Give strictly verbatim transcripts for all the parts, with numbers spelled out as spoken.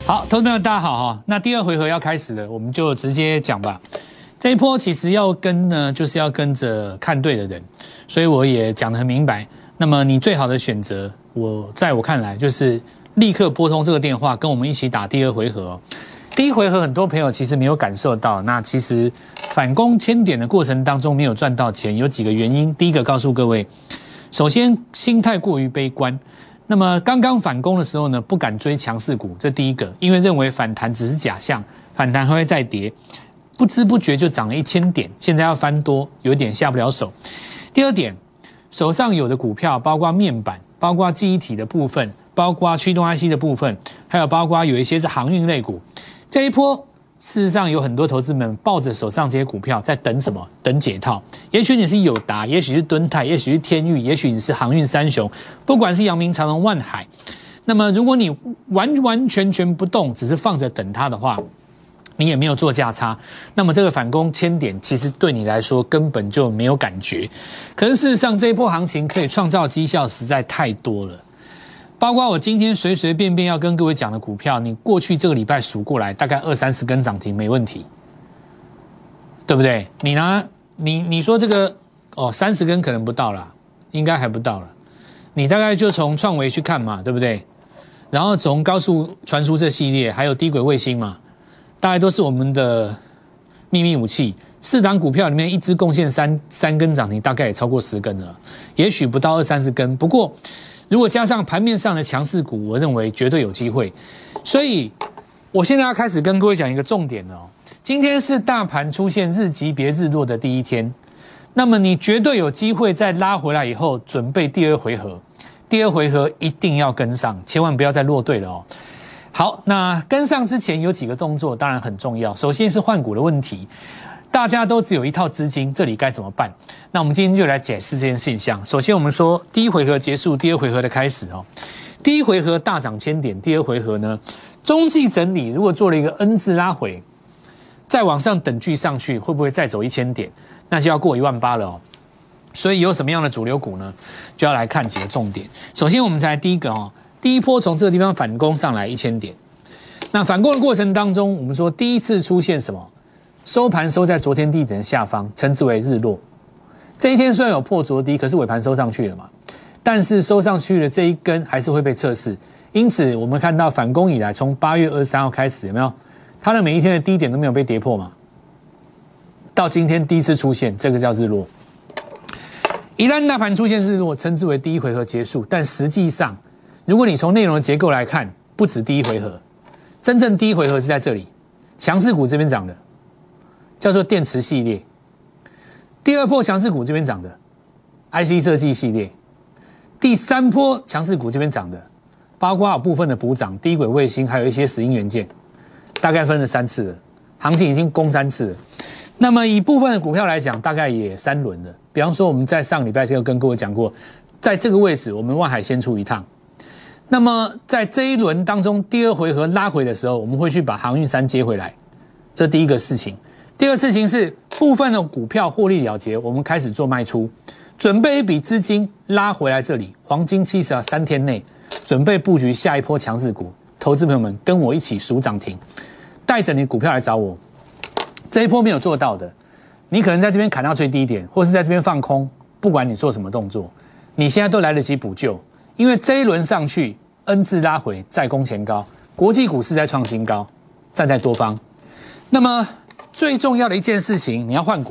好，投资朋友大家好哈。那第二回合要开始了，我们就直接讲吧。这一波其实要跟呢，就是要跟着看对的人，所以我也讲得很明白。那么你最好的选择，我在我看来就是立刻拨通这个电话，跟我们一起打第二回合哦。第一回合很多朋友其实没有感受到，那其实反攻千点的过程当中没有赚到钱，有几个原因。第一个告诉各位，首先心态过于悲观。那么刚刚反攻的时候呢，不敢追强势股，这第一个，因为认为反弹只是假象，反弹还会再跌，不知不觉就涨了一千点，现在要翻多，有点下不了手。第二点，手上有的股票，包括面板，包括记忆体的部分，包括驱动 I C 的部分，还有包括有一些是航运类股，这一波。事实上，有很多投资们抱着手上这些股票在等什么？等解套。也许你是友达，也许是敦泰，也许是天钰，也许你是航运三雄，不管是阳明、长荣、万海。那么，如果你完完全全不动，只是放着等它的话，你也没有做价差，那么这个反攻千点，其实对你来说根本就没有感觉。可是事实上，这一波行情可以创造绩效实在太多了。包括我今天随随便便要跟各位讲的股票，你过去这个礼拜数过来，大概二三十根涨停没问题，对不对？你拿你你说这个哦，三十根可能不到啦，应该还不到了。你大概就从创维去看嘛，对不对？然后从高速传输这系列，还有低轨卫星嘛，大概都是我们的秘密武器。四档股票里面，一支贡献三三根涨停，大概也超过十根了，也许不到二三十根，不过。如果加上盘面上的强势股，我认为绝对有机会。所以，我现在要开始跟各位讲一个重点哦。今天是大盘出现日级别日落的第一天，那么你绝对有机会在拉回来以后，准备第二回合。第二回合一定要跟上，千万不要再落队了哦。好，那跟上之前有几个动作，当然很重要。首先是换股的问题。大家都只有一套资金，这里该怎么办？那我们今天就来解释这件现象。首先，我们说第一回合结束，第二回合的开始哦。第一回合大涨千点，第二回合呢，中继整理，如果做了一个 N 字拉回，再往上等距上去，会不会再走一千点？那就要过一万八了哦。所以有什么样的主流股呢？就要来看几个重点。首先，我们才第一个哦，第一波从这个地方反攻上来一千点。那反攻的过程当中，我们说第一次出现什么？收盘收在昨天低点的下方，称之为日落。这一天虽然有破昨低，可是尾盘收上去了嘛。但是收上去的这一根还是会被测试，因此我们看到反攻以来，从八月二十三号开始，有没有？它的每一天的低点都没有被跌破嘛？到今天第一次出现，这个叫日落。一旦大盘出现日落，称之为第一回合结束。但实际上，如果你从内容的结构来看，不止第一回合，真正第一回合是在这里，强势股这边涨的。叫做电池系列，第二波强势股这边涨的 I C 设计系列，第三波强势股这边涨的，包括有部分的补涨、低轨卫星，还有一些石英元件，大概分了三次了，行情已经攻三次了。那么以部分的股票来讲，大概也三轮了。比方说，我们在上礼拜就跟各位讲过，在这个位置，我们万海先出一趟。那么在这一轮当中，第二回合拉回的时候，我们会去把航运三接回来，这第一个事情。第二事情是部分的股票获利了结，我们开始做卖出，准备一笔资金拉回来这里，黄金七十啊，三天内准备布局下一波强势股。投资朋友们跟我一起数涨停，带着你股票来找我。这一波没有做到的，你可能在这边砍到最低点，或是在这边放空，不管你做什么动作，你现在都来得及补救，因为这一轮上去 N 字拉回，再攻前高，国际股市在创新高，站在多方，那么。最重要的一件事情，你要换股。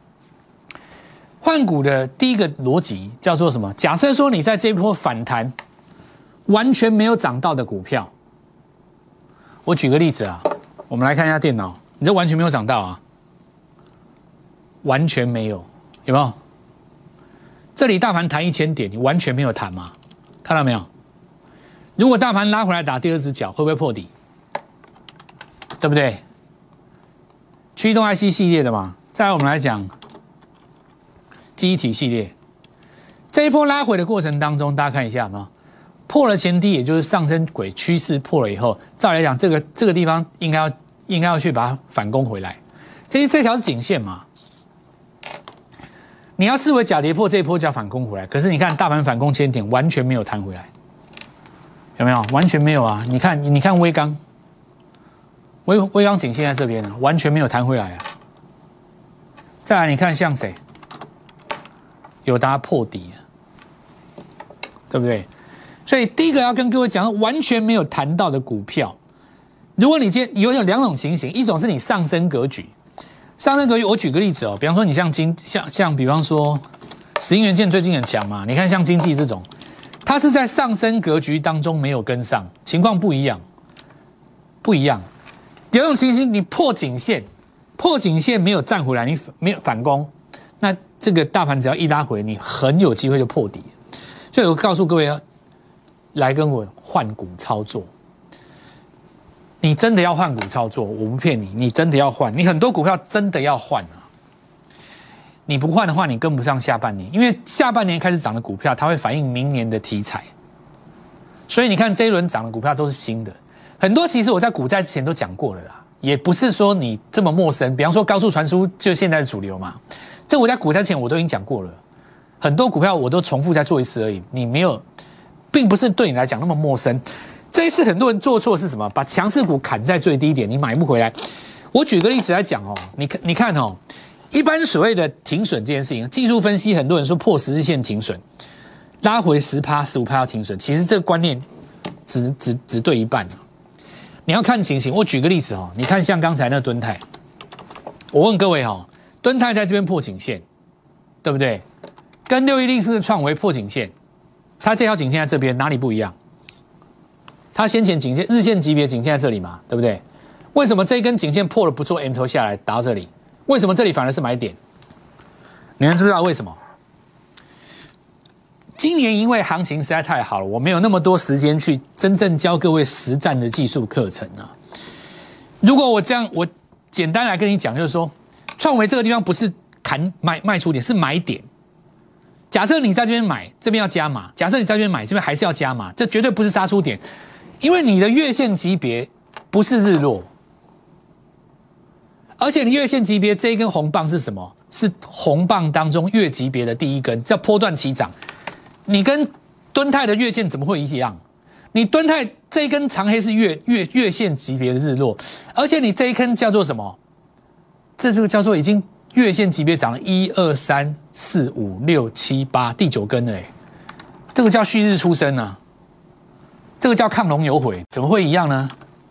换股的第一个逻辑叫做什么？假设说你在这一波反弹完全没有涨到的股票，我举个例子啊，我们来看一下电脑，你这完全没有涨到啊，完全没有，有没有？这里大盘弹一千点，你完全没有弹吗？看到没有？如果大盘拉回来打第二只脚，会不会破底？对不对？驱动 I C 系列的嘛，再来我们来讲记忆体系列。这一波拉回的过程当中，大家看一下吗？破了前低，也就是上升轨趋势破了以后，照理来讲，这个这个地方应该要应该要去把它反攻回来。这这条是颈线嘛，你要视为假跌破这一波就要反攻回来。可是你看大盘反攻千点，完全没有弹回来，有没有？完全没有啊！你看你看微刚， 微微钢颈线在这边啊，完全没有弹回来啊。再来，你看像谁？友达破底啊，对不对？所以第一个要跟各位讲，完全没有谈到的股票，如果你今天有有两种情形，一种是你上升格局，上升格局，我举个例子哦，比方说你像经像像比方说石英元件最近很强嘛，你看像经济这种，它是在上升格局当中没有跟上，情况不一样，不一样。有一种情形，你破颈线，破颈线没有站回来，你没有反攻，那这个大盘只要一拉回，你很有机会就破底。所以我告诉各位啊，来跟我换股操作。你真的要换股操作，我不骗你，你真的要换，你很多股票真的要换啊。你不换的话，你跟不上下半年，因为下半年开始涨的股票，它会反映明年的题材。所以你看这一轮涨的股票都是新的。很多其实我在股债之前都讲过了啦，也不是说你这么陌生。比方说高速传输就是现在的主流嘛，这我在股债之前我都已经讲过了，很多股票我都重复再做一次而已，你没有，并不是对你来讲那么陌生。这一次很多人做错是什么？把强势股砍在最低点，你买不回来。我举个例子来讲哦，你看你看哦，一般所谓的停损这件事情，技术分析很多人说破十日线停损，拉回 百分之十、百分之十五 要停损，其实这个观念只只只对一半。你要看情形，我举个例子哦，你看像刚才那敦泰，我问各位哦，敦泰在这边破颈线，对不对？跟六一零四的创维破颈线，它这条颈线在这边哪里不一样？它先前颈线日线级别颈线在这里嘛，对不对？为什么这一根颈线破了不做 M 头下来打到这里？为什么这里反而是买点？你们知不知道为什么？今年因为行情实在太好了，我没有那么多时间去真正教各位实战的技术课程啊。如果我这样，我简单来跟你讲，就是说，创维这个地方不是砍卖卖出点，是买点。假设你在这边买，这边要加码；假设你在这边买，这边还是要加码，这绝对不是杀出点，因为你的月线级别不是日落，而且你月线级别这一根红棒是什么？是红棒当中月级别的第一根，叫波段起涨。你跟敦泰的月线怎么会一样？你敦泰这一根长黑是月月月线级别的日落，而且你这一根叫做什么？这这个叫做已经月线级别涨了一二三四五六七八第九根了哎，这个叫旭日初升啊，这个叫亢龙有悔，怎么会一样呢？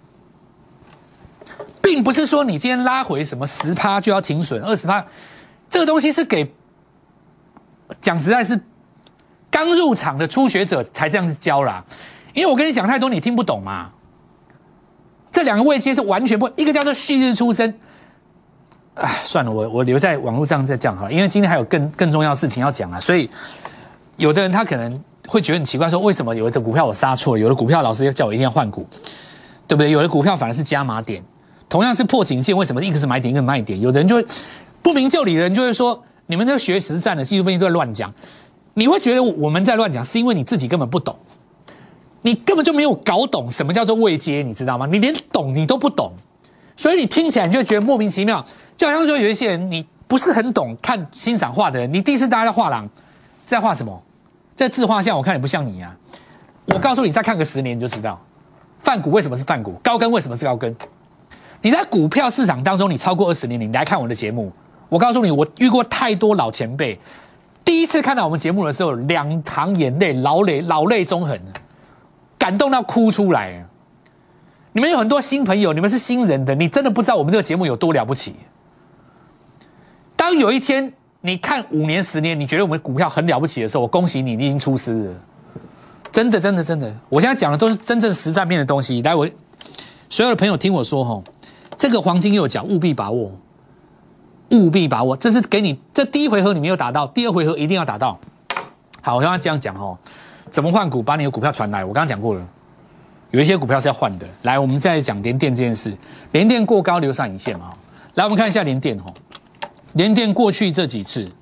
并不是说你今天拉回什么 百分之十 就要停损 百分之二十， 这个东西是给讲实在是刚入场的初学者才这样子教啦，因为我跟你讲太多你听不懂嘛。这两个位阶是完全不，一个叫做旭日初升，哎，算了，我我留在网络上再讲好了，因为今天还有更更重要的事情要讲啊，所以有的人他可能会觉得很奇怪，说为什么有的股票我杀错了，有的股票老师要叫我一定要换股，对不对？有的股票反而是加码点，同样是破颈线，为什么一个是买点，一个是卖点？有的人就会不明就里的人就会说，你们这个学实战的技术分析都在乱讲。你会觉得我们在乱讲，是因为你自己根本不懂，你根本就没有搞懂什么叫做位阶，你知道吗？你连懂你都不懂，所以你听起来你就会觉得莫名其妙，就好像说有一些人你不是很懂看欣赏画的人，你第一次大家在画廊，是在画什么？在自画像，我看也不像你啊。我告诉你，再看个十年你就知道，泛股为什么是泛股，高跟为什么是高跟。你在股票市场当中，你超过二十年，你来看我的节目，我告诉你，我遇过太多老前辈。第一次看到我们节目的时候，两行眼泪，老泪老泪纵横，感动到哭出来。你们有很多新朋友，你们是新人的，你真的不知道我们这个节目有多了不起。当有一天你看五年、十年，你觉得我们股票很了不起的时候，我恭喜你，你已经出师了。真的，真的，真的，我现在讲的都是真正实战面的东西。来，我所有的朋友听我说吼，这个黄金右脚务必把握。务必把握，这是给你这第一回合你没有打到，第二回合一定要打到。好，我刚刚这样讲哦，怎么换股？把你的股票传来，我刚刚讲过了，有一些股票是要换的。来，我们再讲联电这件事，联电过高留上影线嘛。来，我们看一下联电哦，联电过去这几次，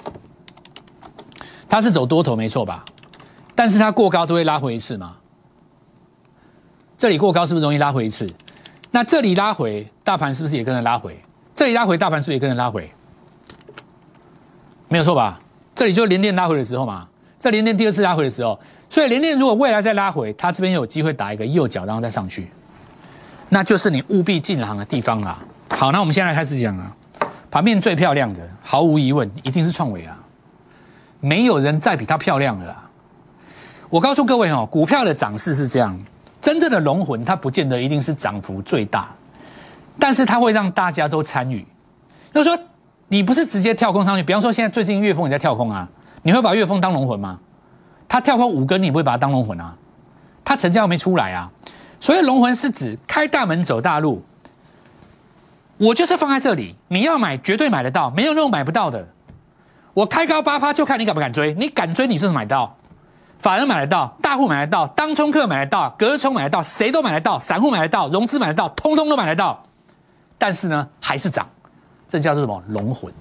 它是走多头没错吧？但是它过高都会拉回一次嘛。这里过高是不是容易拉回一次？那这里拉回，大盘是不是也跟着拉回？这里拉回，大盘是不是也跟着拉回？没有错吧？这里就是联电拉回的时候嘛。这联电第二次拉回的时候，所以联电如果未来再拉回，它这边有机会打一个右脚，然后再上去。 那就是你务必进场的地方啦。好，那我们现在开始讲啊，盘面最漂亮的，毫无疑问一定是创惟啊，没有人再比它漂亮了啦。我告诉各位哦，股票的涨势是这样，真正的龙魂它不见得一定是涨幅最大，但是它会让大家都参与。就是说，你不是直接跳空上去，比方说现在最近月峰你在跳空啊，你会把月峰当龙魂吗？它跳空五根，你不会把它当龙魂啊？它成交没出来啊，所以龙魂是指开大门走大路。我就是放在这里，你要买绝对买得到，没有那种买不到的。我开高八趴就看你敢不敢追，你敢追你就是买到，法人买得到，大户买得到，当冲客买得到，隔日冲买得到，谁都买得到，散户买得到，融资买得到，通通都买得到。但是呢，还是涨，这叫做什么？龙魂。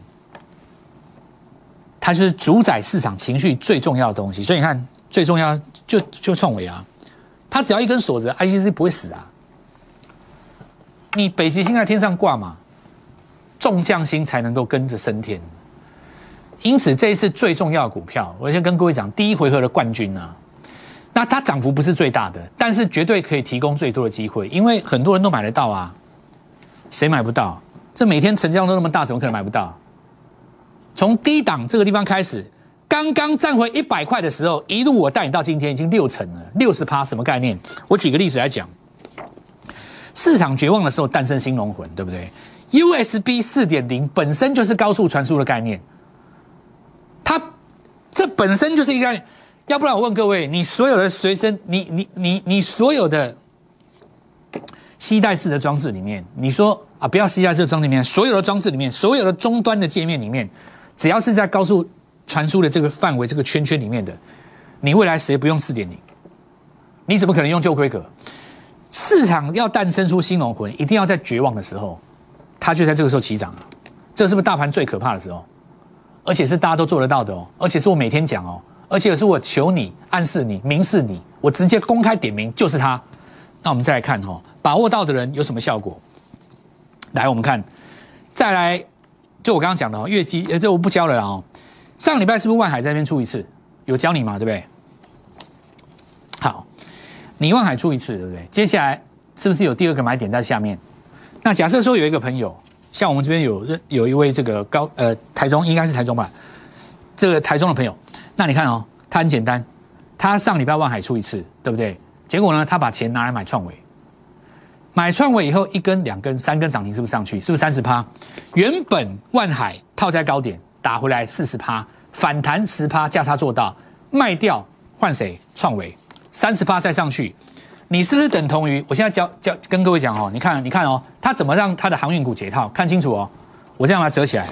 它就是主宰市场情绪最重要的东西。所以你看，最重要就就创惟啊，它只要一根锁着 ，I C C 不会死啊。你北极星在天上挂嘛，众将星才能够跟着升天。因此这一次最重要的股票，我先跟各位讲，第一回合的冠军啊，那它涨幅不是最大的，但是绝对可以提供最多的机会，因为很多人都买得到啊，谁买不到？这每天成交量都那么大，怎么可能买不到？从低档这个地方开始，刚刚站回一百块的时候，一路我带你到今天已经六成了，六十趴，什么概念？我举个例子来讲，市场绝望的时候诞生新龙魂，对不对 ？U S B 四点零 本身就是高速传输的概念，它这本身就是一个概念。要不然我问各位，你所有的随身，你你你你所有的携带式的装置里面，你说啊，不要携带式的装置里面，所有的装置里面，所有的终端的界面里面。只要是在高速传输的这个范围、这个圈圈里面的，你未来谁不用 四点零？ 你怎么可能用旧规格？市场要诞生出新龙魂，一定要在绝望的时候，它就在这个时候起涨了。这是不是大盘最可怕的时候？而且是大家都做得到的哦，而且是我每天讲哦，而且是我求你、暗示你、明示你，我直接公开点名就是它。那我们再来看哦，把握到的人有什么效果？来，我们看，再来。就我刚刚讲的哦，月基呃，这我不教了啦哦。上个礼拜是不是万海在那边出一次？有教你嘛，对不对？好，你万海出一次，对不对？接下来是不是有第二个买点在下面？那假设说有一个朋友，像我们这边有有一位这个高呃台中应该是台中吧，这个台中的朋友，那你看哦，他很简单，他上礼拜万海出一次，对不对？结果呢，他把钱拿来买创惟。买创惟以后，一根、两根、三根涨停，是不是上去？是不是三十趴？原本万海套在高点打回来四十趴，反弹十趴，价差做到卖掉，换谁？创惟三十趴再上去，你是不是等同于？我现在教教跟各位讲哦，你看你看哦，他怎么让他的航运股解套？看清楚哦，我这样把它折起来，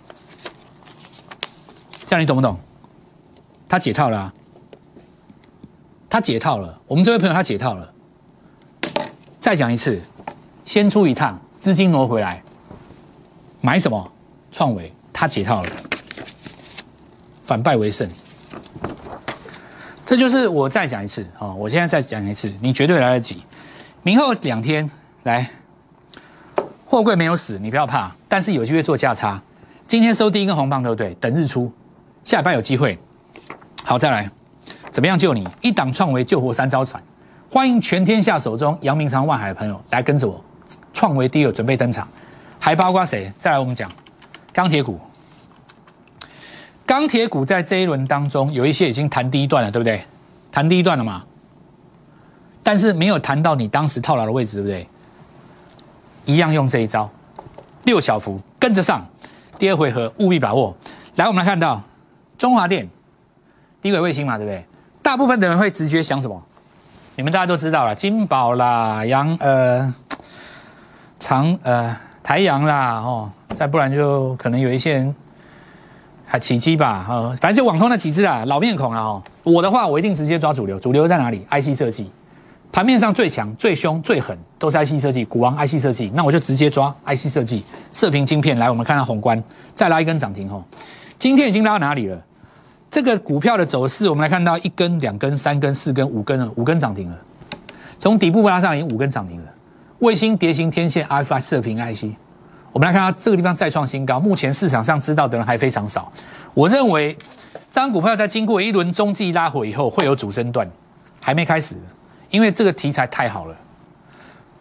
这样你懂不懂？他解套了、啊，他解套了，我们这位朋友他解套了。再讲一次，先出一趟，资金挪回来，买什么？创惟，他解套了，反败为胜。这就是我再讲一次啊、哦！我现在再讲一次，你绝对来得及。明后两天来，货柜没有死，你不要怕，但是有机会做价差。今天收第一根红棒，对不对？等日出，下礼拜有机会。好，再来，怎么样救你？一档创惟救活三艘船。欢迎全天下手中阳明长万海的朋友来跟着我，创惟第二准备登场，还包括谁？再来我们讲钢铁股，钢铁股在这一轮当中有一些已经谈第一段了，对不对？谈第一段了嘛，但是没有谈到你当时套牢的位置，对不对？一样用这一招，六小福跟着上，第二回合务必把握。来，我们来看到中华电、低轨卫星嘛，对不对？大部分的人会直觉想什么？你们大家都知道了，金宝啦、阳呃、长呃、台阳啦，哦，再不然就可能有一些人还起基吧，哦，反正就网通那几只啊，老面孔了哦。我的话，我一定直接抓主流，主流在哪里 ？I C 设计，盘面上最强、最凶、最狠都是 I C 设计，股王 I C 设计，那我就直接抓 I C 设计，射频晶片。来，我们看到宏观再拉一根涨停哦，今天已经拉到哪里了？这个股票的走势，我们来看到一根、两根、三根、四根、五根了，五根涨停了。从底部拉上已经五根涨停了。卫星、碟形、天线、R F I 射频 I C， 我们来看到这个地方再创新高。目前市场上知道的人还非常少。我认为这张股票在经过一轮中继拉回以后，会有主升段，还没开始，因为这个题材太好了。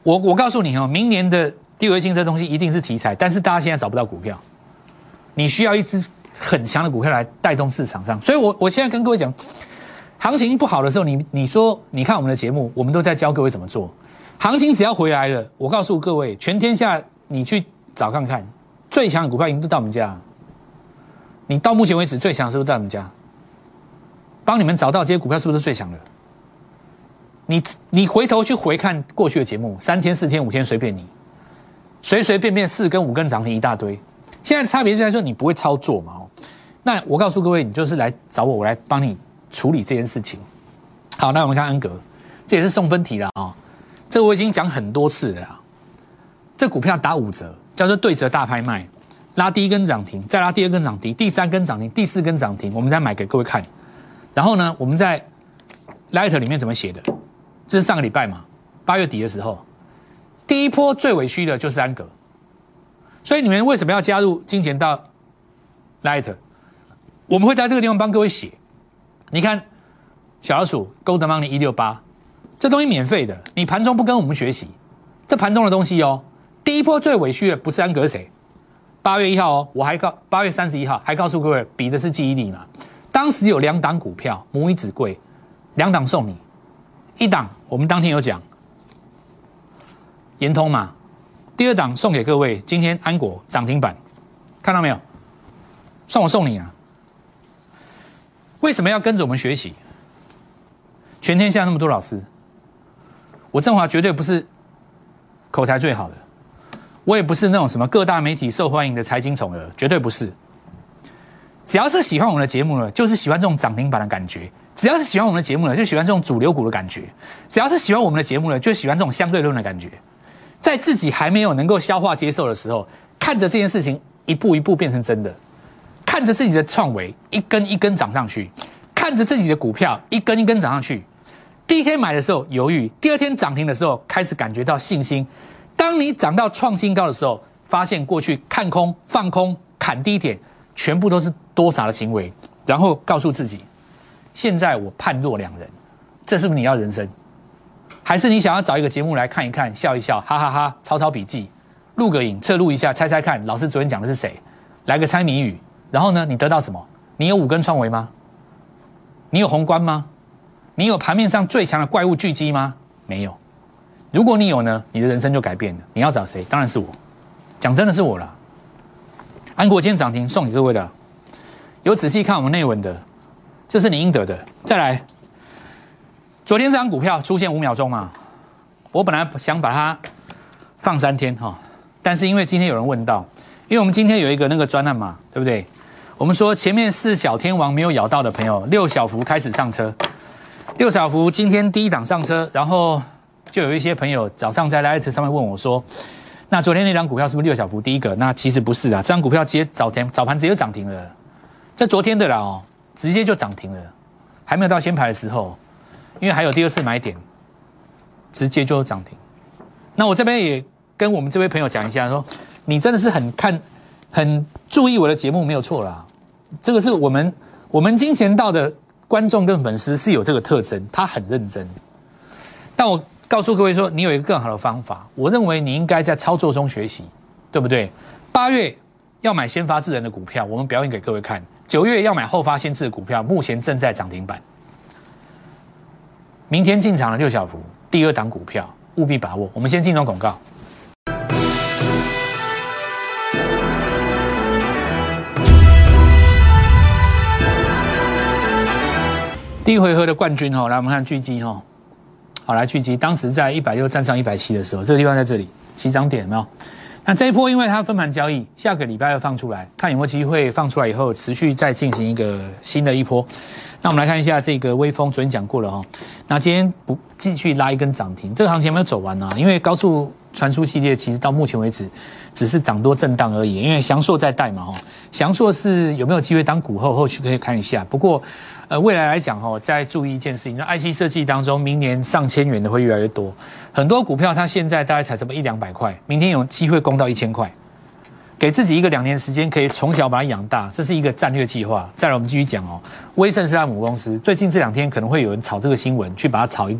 我我告诉你哦，明年的低轨新这东西一定是题材，但是大家现在找不到股票，你需要一支很强的股票来带动市场上。所以我我现在跟各位讲，行情不好的时候，你你说你看我们的节目，我们都在教各位怎么做。行情只要回来了，我告诉各位，全天下你去找看看，最强的股票已经都到我们家。你到目前为止最强是不是在我们家？帮你们找到这些股票是不是最强的？你你回头去回看过去的节目，三天、四天、五天随便你，随随便便四根、五根涨停一大堆。现在差别就在说你不会操作嘛？哦，那我告诉各位，你就是来找我，我来帮你处理这件事情。好，那我们看安格，这也是送分题了啊、哦。这个我已经讲很多次了啦。这股票打五折，叫做对折大拍卖，拉第一根涨停，再拉第二根涨停，第三根涨停，第四根涨停，我们再买给各位看。然后呢，我们在 Light 里面怎么写的？这是上个礼拜嘛，八月底的时候，第一波最委屈的就是安格，所以你们为什么要加入金钱道 Light？ 我们会在这个地方帮各位写。你看小老鼠 Gold Money 一六八，这东西免费的，你盘中不跟我们学习，这盘中的东西哦。第一波最委屈的不是安格谁？八月一号哦，我还告八月三十一号还告诉各位，比的是记忆力嘛。当时有两档股票，母以子贵，两档送你。一档我们当天有讲，延通嘛。第二档送给各位，今天安国涨停板，看到没有？算我送你啊！为什么要跟着我们学习？全天下那么多老师，我振华绝对不是口才最好的，我也不是那种什么各大媒体受欢迎的财经宠儿，绝对不是。只要是喜欢我们的节目呢，就是喜欢这种涨停板的感觉。只要是喜欢我们的节目呢，就喜欢这种主流股的感觉；只要是喜欢我们的节目呢，就喜欢这种相对论的感觉。在自己还没有能够消化接受的时候，看着这件事情一步一步变成真的，看着自己的创维一根一根涨上去，看着自己的股票一根一根涨上去。第一天买的时候犹豫，第二天涨停的时候开始感觉到信心。当你涨到创新高的时候，发现过去看空、放空、砍低点，全部都是多傻的行为，然后告诉自己。现在我判若两人，这是不是你要人生？还是你想要找一个节目来看一看，笑一笑，哈哈哈哈，抄抄笔记，录个影，侧录一下，猜猜看老师昨天讲的是谁？来个猜谜语，然后呢，你得到什么？你有五根创维吗？你有宏观吗？你有盘面上最强的怪物巨基吗？没有。如果你有呢，你的人生就改变了。你要找谁？当然是我。讲真的是我啦。安国今天涨停，送给各位的。有仔细看我们内文的。这是你应得的。再来，昨天这张股票出现五秒钟嘛，我本来想把它放三天哈，但是因为今天有人问到，因为我们今天有一个那个专案嘛，对不对？我们说前面四小天王没有咬到的朋友，六小福开始上车。六小福今天第一档上车，然后就有一些朋友早上在 Light 上面问我说，那昨天那张股票是不是六小福第一个？那其实不是啊，这张股票直接早天早盘直接就涨停了，这昨天的啦哦。直接就涨停了，还没有到先排的时候，因为还有第二次买点，直接就涨停。那我这边也跟我们这位朋友讲一下，说你真的是很看、很注意我的节目，没有错啦。这个是我们我们金钱道的观众跟粉丝是有这个特征，他很认真。但我告诉各位说，你有一个更好的方法，我认为你应该在操作中学习，对不对？八月要买先发制人的股票，我们表演给各位看。九月要买后发先至的股票，目前正在涨停板。明天进场的六小福第二档股票，务必把握。我们先进入广告。第一回合的冠军哈，来我们看巨基哈，好来巨基，当时在一百六站上一百七的时候，这个地方在这里起涨点有没有？那这一波因为它分盘交易，下个礼拜二放出来，看有没有机会放出来以后持续再进行一个新的一波。那我们来看一下这个微风，昨天讲过了哈。那今天不继续拉一根涨停，这个行情有没有走完呢、啊？因为高速传输系列其实到目前为止只是涨多震荡而已，因为祥硕在带嘛哈。祥硕是有没有机会当股后，后续可以看一下。不过呃未来来讲哈，再注意一件事情，那 I C 设计当中，明年上千元的会越来越多。很多股票它现在大概才这么一两百块，明天有机会攻到一千块，给自己一个两年时间，可以从小把它养大，这是一个战略计划。再来我们继续讲哦，威盛是它母公司，最近这两天可能会有人炒这个新闻，去把它炒一根，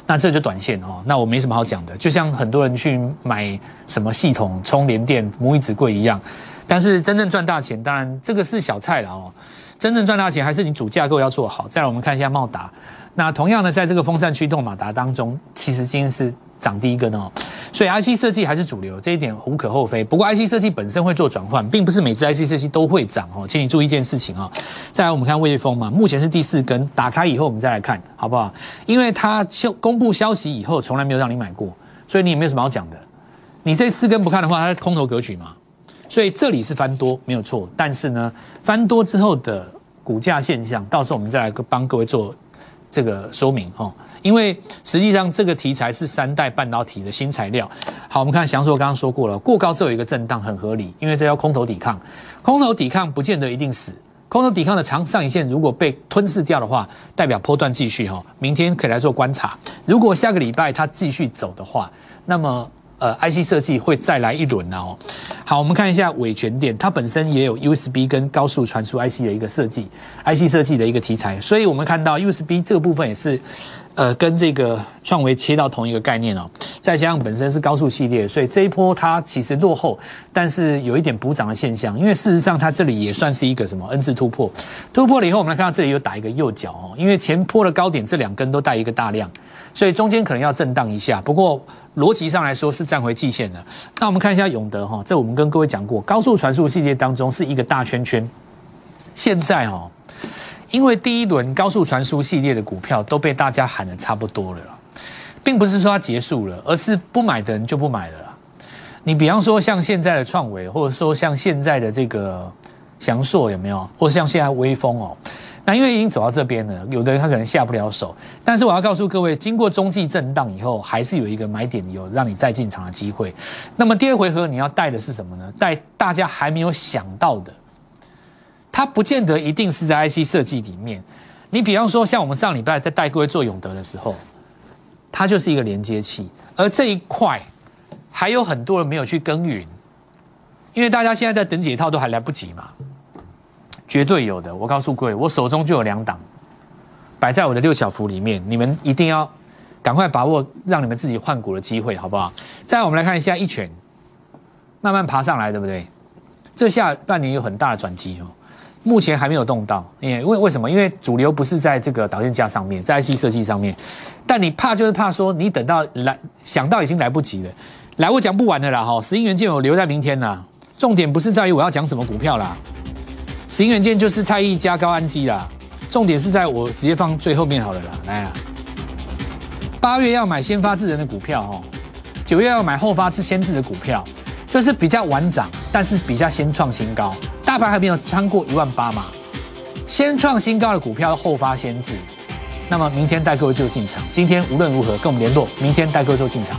那这就短线哦，那我没什么好讲的，就像很多人去买什么系统、充联电、母以子贵一样。但是真正赚大钱，当然这个是小菜了哦。真正赚大钱还是你主架构要做好。再来我们看一下茂达，那同样的在这个风扇驱动马达当中，其实今天是涨第一根哦。所以 I C 设计还是主流，这一点无可厚非。不过 I C 设计本身会做转换，并不是每只 I C 设计都会涨哦，请你注意一件事情哦。再来我们看微风嘛，目前是第四根，打开以后我们再来看好不好？因为它公布消息以后，从来没有让你买过，所以你也没有什么好讲的。你这四根不看的话，它是空头格局嘛。所以这里是翻多没有错，但是呢，翻多之后的股价现象，到时候我们再来帮各位做这个说明哦。因为实际上这个题材是三代半导体的新材料。好，我们看翔硕刚刚说过了，过高之后有一个震荡很合理，因为这叫空头抵抗，空头抵抗不见得一定死，空头抵抗的长上影线如果被吞噬掉的话，代表波段继续哈，明天可以来做观察。如果下个礼拜它继续走的话，那么。呃 ，I C 设计会再来一轮哦。好，我们看一下伟全电，它本身也有 U S B 跟高速传输 I C 的一个设计 ，I C 设计的一个题材，所以我们看到 U S B 这个部分也是，呃，跟这个创维切到同一个概念哦。再加上本身是高速系列，所以这一波它其实落后，但是有一点补涨的现象，因为事实上它这里也算是一个什么 N 字突破，突破了以后，我们来看到这里又打一个右脚哦，因为前波的高点这两根都带一个大量。所以中间可能要震荡一下，不过逻辑上来说是站回季线的。那我们看一下永德哈，这我们跟各位讲过，高速传输系列当中是一个大圈圈。现在哈，因为第一轮高速传输系列的股票都被大家喊得差不多了啦，并不是说它结束了，而是不买的人就不买了啦。你比方说像现在的创维，或者说像现在的这个翔硕有没有，或者像现在微风哦。那因为已经走到这边了，有的人他可能下不了手，但是我要告诉各位，经过中继震荡以后，还是有一个买点，有让你再进场的机会。那么第二回合你要带的是什么呢？带大家还没有想到的，它不见得一定是在 I C 设计里面。你比方说，像我们上礼拜在带各位做永德的时候，它就是一个连接器，而这一块还有很多人没有去耕耘，因为大家现在在等解套都还来不及嘛。绝对有的，我告诉各位，我手中就有两档，摆在我的六小福里面，你们一定要赶快把握，让你们自己换股的机会，好不好？再来，我们来看一下一拳，慢慢爬上来，对不对？这下半年有很大的转机哦，目前还没有动到，因为为为什么？因为主流不是在这个导线架上面，在 I C 设计上面，但你怕就是怕说你等到来想到已经来不及了，来我讲不完的啦哈，石英元件我留在明天啦，重点不是在于我要讲什么股票啦。石英元件就是泰益加高安基啦，重点是在我直接放最后面好了啦，来啦，八月要买先发制人的股票哦，九月要买后发制先制的股票，就是比较晚涨，但是比较先创新高，大盘还没有穿过一万八嘛，先创新高的股票后发先制，那么明天带各位就进场，今天无论如何跟我们联络，明天带各位就进场。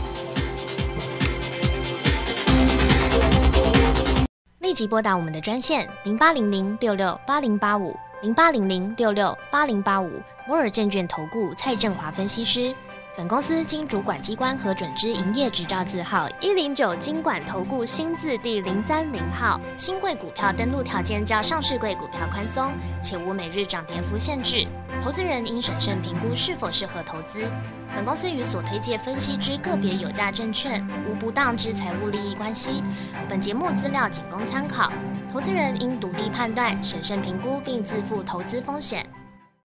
立即拨打我们的专线零八零零六六八零八五零八零零六六八零八五摩尔证券投顾蔡正华分析师。本公司经主管机关核准之营业执照字号一零九金管投顾新字第零三零号。新贵股票登录条件较上市贵股票宽松，且无每日涨跌幅限制。投资人应审慎评估是否适合投资。本公司与所推介分析之个别有价证券无不当之财务利益关系。本节目资料仅供参考，投资人应独立判断、审慎评估并自负投资风险。